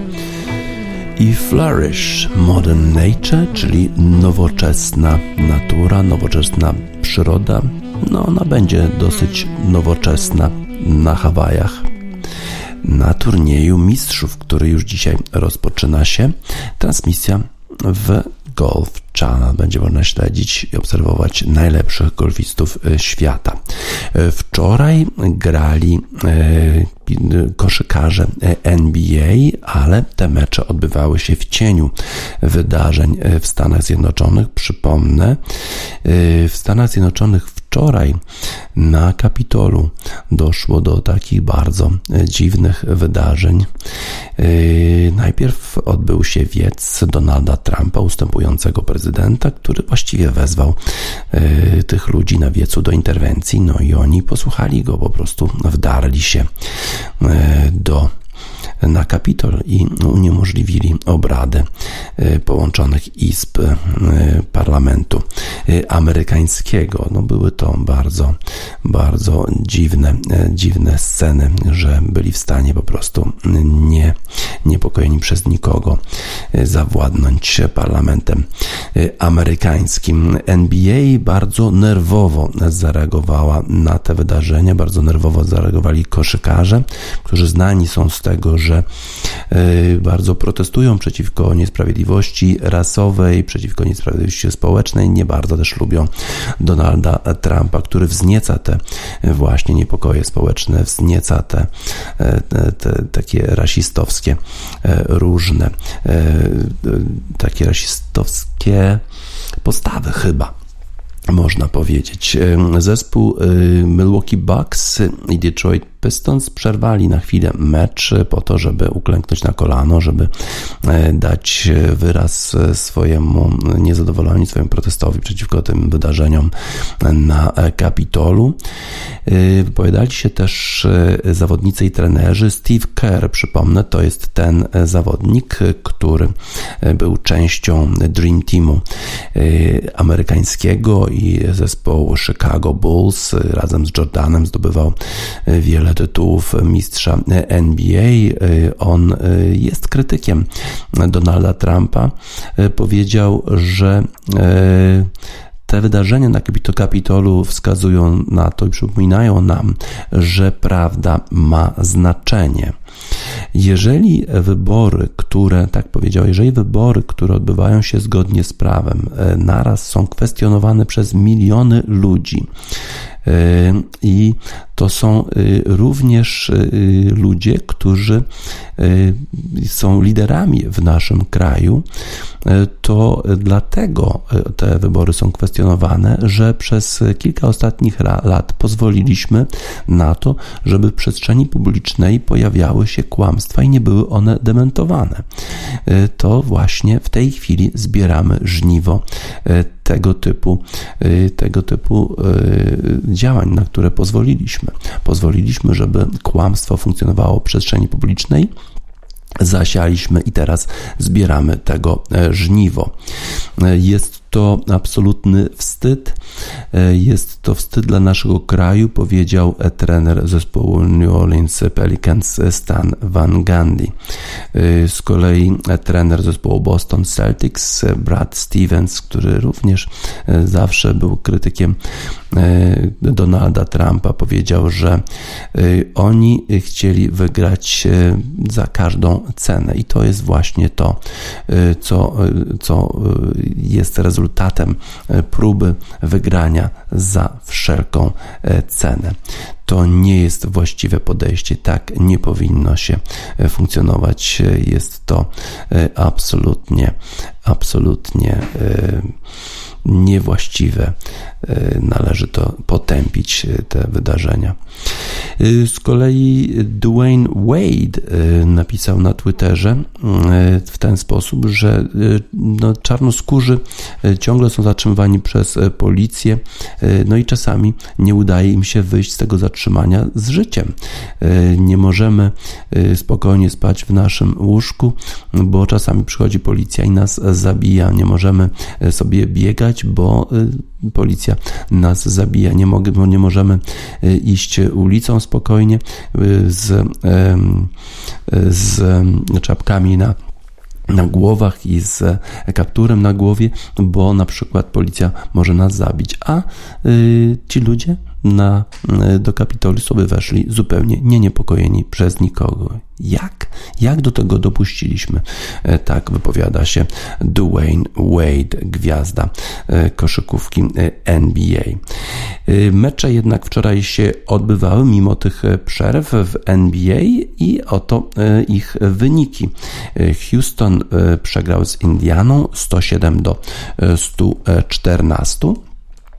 i Flourish. Modern Nature, czyli nowoczesna natura, nowoczesna przyroda. No ona będzie dosyć nowoczesna na Hawajach. Na turnieju mistrzów, który już dzisiaj rozpoczyna się, transmisja w Golf Channel. Będzie można śledzić i obserwować najlepszych golfistów świata. Wczoraj grali koszykarze N B A, ale te mecze odbywały się w cieniu wydarzeń w Stanach Zjednoczonych. Przypomnę, w Stanach Zjednoczonych wczoraj na Kapitolu doszło do takich bardzo dziwnych wydarzeń. Najpierw odbył się wiec Donalda Trumpa, ustępującego prezydenta prezydenta, który właściwie wezwał y, tych ludzi na wiecu do interwencji, no i oni posłuchali go, po prostu wdarli się y, do na Kapitol i uniemożliwili obrady połączonych izb parlamentu amerykańskiego. No były to bardzo, bardzo dziwne, dziwne sceny, że byli w stanie po prostu nie, niepokojeni przez nikogo zawładnąć parlamentem amerykańskim. N B A bardzo nerwowo zareagowała na te wydarzenia, bardzo nerwowo zareagowali koszykarze, którzy znani są z tego, że bardzo protestują przeciwko niesprawiedliwości rasowej, przeciwko niesprawiedliwości społecznej, nie bardzo też lubią Donalda Trumpa, który wznieca te właśnie niepokoje społeczne, wznieca te, te, te takie rasistowskie różne takie rasistowskie postawy chyba. Można powiedzieć. Zespół Milwaukee Bucks i Detroit Pistons przerwali na chwilę mecz po to, żeby uklęknąć na kolano, żeby dać wyraz swojemu niezadowoleniu, swojemu protestowi przeciwko tym wydarzeniom na Kapitolu. Wypowiadali się też zawodnicy i trenerzy. Steve Kerr, przypomnę, to jest ten zawodnik, który był częścią Dream Teamu amerykańskiego i zespołu Chicago Bulls. Razem z Jordanem zdobywał wiele tytułów mistrza N B A. On jest krytykiem Donalda Trumpa. Powiedział, że te wydarzenia na Kapitolu wskazują na to i przypominają nam, że prawda ma znaczenie. Jeżeli wybory, które, tak powiedział, jeżeli wybory, które odbywają się zgodnie z prawem, naraz są kwestionowane przez miliony ludzi, i to są również ludzie, którzy są liderami w naszym kraju, to dlatego te wybory są kwestionowane, że przez kilka ostatnich lat pozwoliliśmy na to, żeby w przestrzeni publicznej pojawiały się kłamstwa i nie były one dementowane. To właśnie w tej chwili zbieramy żniwo tego typu, tego typu działań, na które pozwoliliśmy. Pozwoliliśmy, żeby kłamstwo funkcjonowało w przestrzeni publicznej, zasialiśmy i teraz zbieramy tego żniwo. Jest to absolutny wstyd. Jest to wstyd dla naszego kraju, powiedział trener zespołu New Orleans Pelicans Stan Van Gundy. Z kolei trener zespołu Boston Celtics Brad Stevens, który również zawsze był krytykiem Donalda Trumpa, powiedział, że oni chcieli wygrać za każdą cenę i to jest właśnie to, co, co jest rezultatem próby wygrania za wszelką cenę. To nie jest właściwe podejście, tak nie powinno się funkcjonować. Jest to absolutnie, absolutnie niewłaściwe. Należy to potępić, te wydarzenia. Z kolei Dwayne Wade napisał na Twitterze w ten sposób, że no, czarnoskórzy ciągle są zatrzymywani przez policję, no i czasami nie udaje im się wyjść z tego zatrzymania z życiem. Nie możemy spokojnie spać w naszym łóżku, bo czasami przychodzi policja i nas zabija. Nie możemy sobie biegać, bo policja nas zabija. Nie, mogę, nie możemy iść ulicą spokojnie z, z czapkami na na głowach i z kapturem na głowie, bo na przykład policja może nas zabić, a y, ci ludzie na, do Kapitolu sobie weszli zupełnie nie niepokojeni przez nikogo. Jak? Jak do tego dopuściliśmy? Tak wypowiada się Dwayne Wade, gwiazda koszykówki N B A. Mecze jednak wczoraj się odbywały mimo tych przerw w N B A i oto ich wyniki. Houston przegrał z Indianą sto siedem do stu czternastu.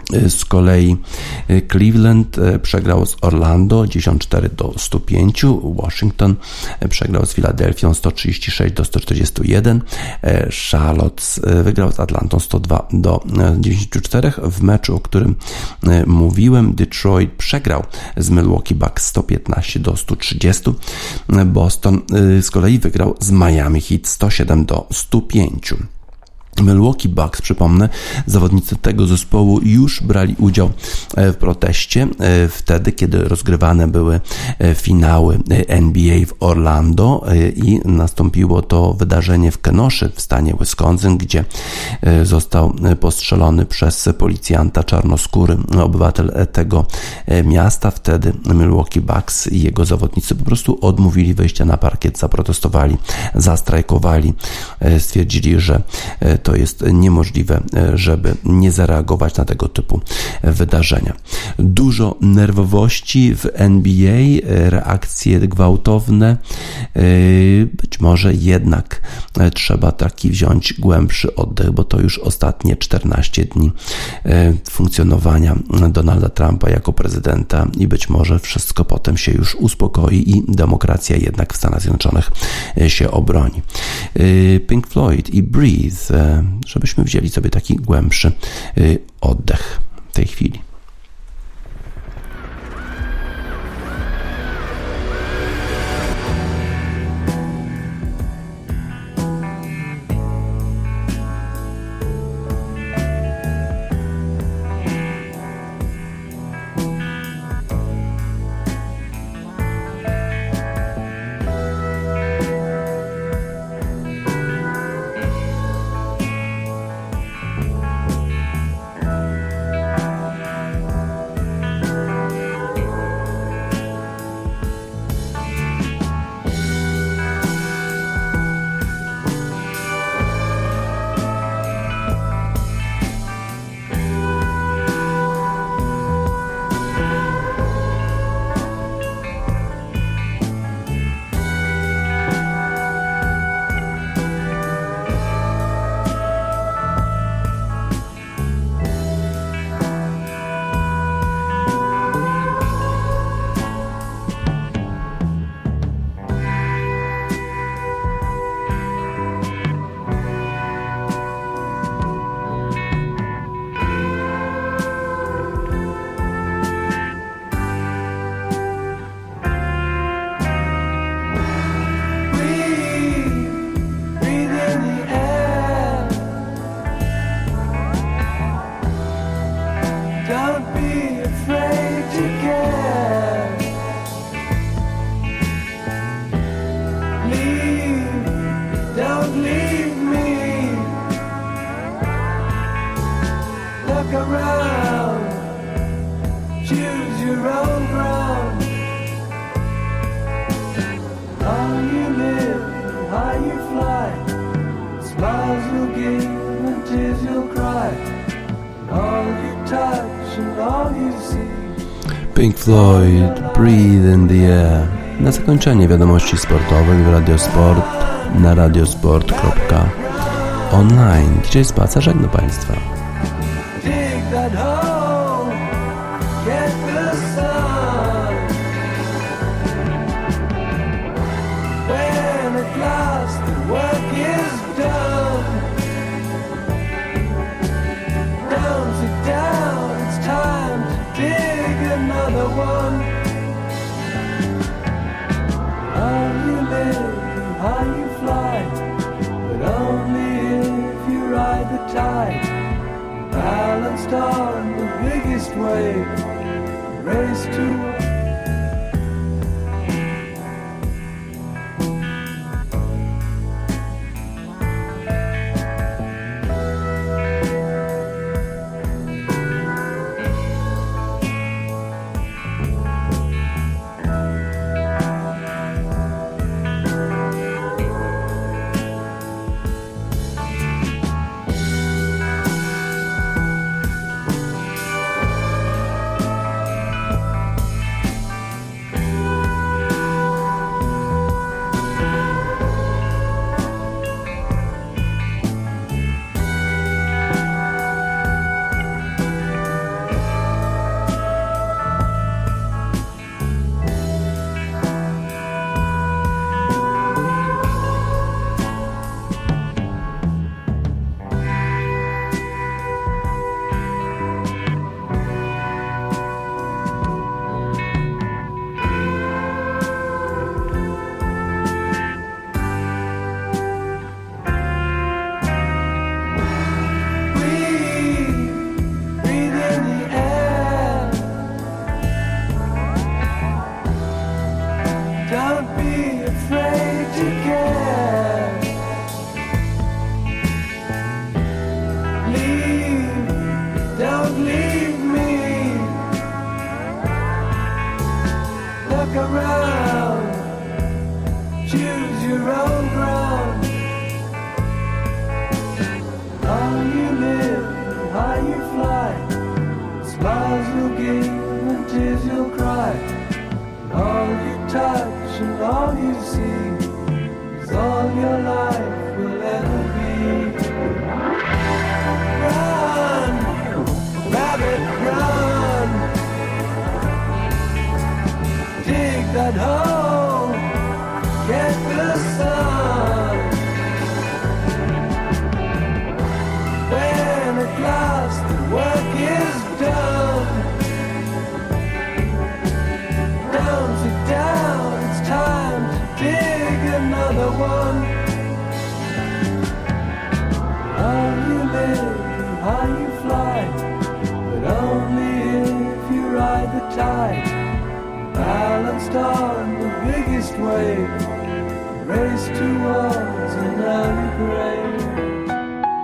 Z kolei Cleveland przegrał z Orlando dziewięćdziesiąt cztery do stu pięciu, Washington przegrał z Filadelfią sto trzydzieści sześć do stu czterdziestu jeden, Charlotte wygrał z Atlantą sto dwa do dziewięćdziesięciu czterech. W meczu, o którym mówiłem, Detroit przegrał z Milwaukee Bucks sto piętnaście do stu trzydziestu, Boston z kolei wygrał z Miami Heat sto siedem do stu pięciu. Milwaukee Bucks, przypomnę, zawodnicy tego zespołu już brali udział w proteście wtedy, kiedy rozgrywane były finały N B A w Orlando i nastąpiło to wydarzenie w Kenoszy w stanie Wisconsin, gdzie został postrzelony przez policjanta czarnoskóry obywatel tego miasta. Wtedy Milwaukee Bucks i jego zawodnicy po prostu odmówili wejścia na parkiet, zaprotestowali, zastrajkowali, stwierdzili, że to jest niemożliwe, żeby nie zareagować na tego typu wydarzenia. Dużo nerwowości w N B A, reakcje gwałtowne. Być może jednak trzeba taki wziąć głębszy oddech, bo to już ostatnie czternaście dni funkcjonowania Donalda Trumpa jako prezydenta i być może wszystko potem się już uspokoi i demokracja jednak w Stanach Zjednoczonych się obroni. Pink Floyd i Breathe, żebyśmy wzięli sobie taki głębszy oddech w tej chwili. Pink Floyd, Breathe in the Air. Na zakończenie wiadomości sportowych w Radiosport na radiosport kropka online. D J Spaca żegna Państwa. Balanced on the biggest wave, race to touch and all you see is all your life will ever be. Run, rabbit, run. Dig that hole, get the sun. When at last the work is done, down to down, it's time to dig another one. How you live and how you fly, but only if you ride the tide. Balanced on the biggest wave, race towards an early grave.